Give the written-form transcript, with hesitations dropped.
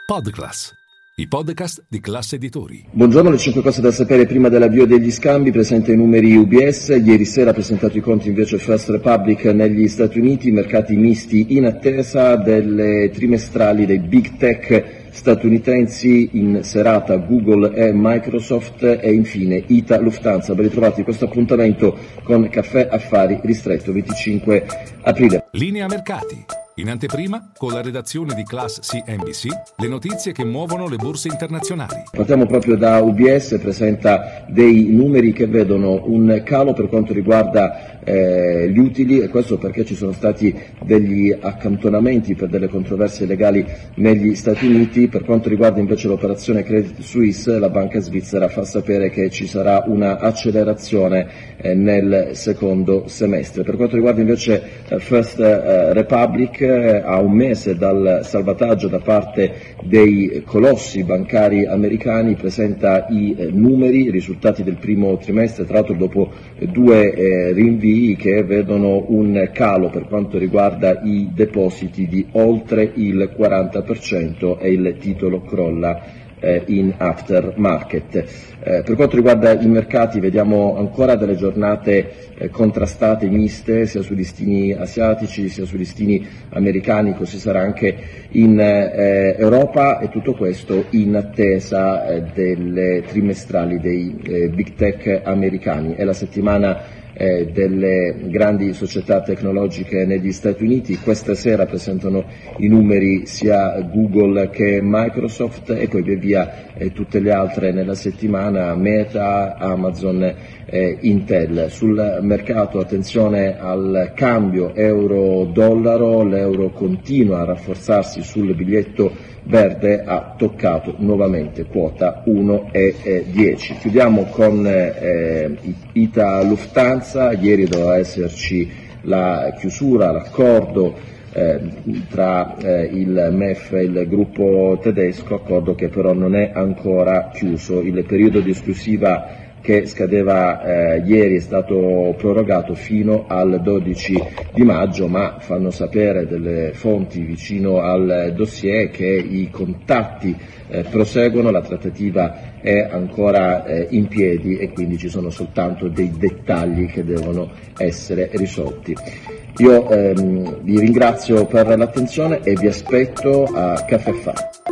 Podclass, i podcast di Class Editori. Buongiorno, le 5 cose da sapere prima dell'avvio degli scambi. Presenta i numeri UBS, ieri sera ha presentato i conti invece First Republic negli Stati Uniti, mercati misti in attesa delle trimestrali dei big tech statunitensi, in serata Google e Microsoft e infine ITA Lufthansa. Ben ritrovati questo appuntamento con Caffè Affari ristretto 25 aprile. Linea mercati. In anteprima, con la redazione di Class CNBC, le notizie che muovono le borse internazionali. Partiamo proprio da UBS, presenta dei numeri che vedono un calo per quanto riguarda gli utili, e questo perché ci sono stati degli accantonamenti per delle controversie legali negli Stati Uniti. Per quanto riguarda invece l'operazione Credit Suisse, la banca svizzera fa sapere che ci sarà una accelerazione nel secondo semestre. Per quanto riguarda invece First Republic, a un mese dal salvataggio da parte dei colossi bancari americani, presenta i numeri, i risultati del primo trimestre, tra l'altro dopo due rinvii che vedono un calo per quanto riguarda i depositi di oltre il 40% e il titolo crolla in aftermarket. Per quanto riguarda i mercati, vediamo ancora delle giornate contrastate, miste, sia sui listini asiatici sia sui listini americani, così sarà anche in Europa, e tutto questo in attesa delle trimestrali dei big tech americani. È la settimana delle grandi società tecnologiche negli Stati Uniti. Questa sera presentano i numeri sia Google che Microsoft, e poi via via tutte le altre nella settimana: Meta, Amazon, Intel. Sul mercato attenzione al cambio euro-dollaro, l'euro continua a rafforzarsi sul biglietto verde, ha toccato nuovamente quota 1,10. Chiudiamo con ITA Lufthansa. Ieri doveva esserci la chiusura, l'accordo tra il MEF e il gruppo tedesco, accordo che però non è ancora chiuso. Il periodo di esclusiva che scadeva ieri è stato prorogato fino al 12 di maggio, ma fanno sapere delle fonti vicino al dossier che i contatti proseguono, la trattativa è ancora in piedi e quindi ci sono soltanto dei dettagli che devono essere risolti. Io vi ringrazio per l'attenzione e vi aspetto a Caffè Affari.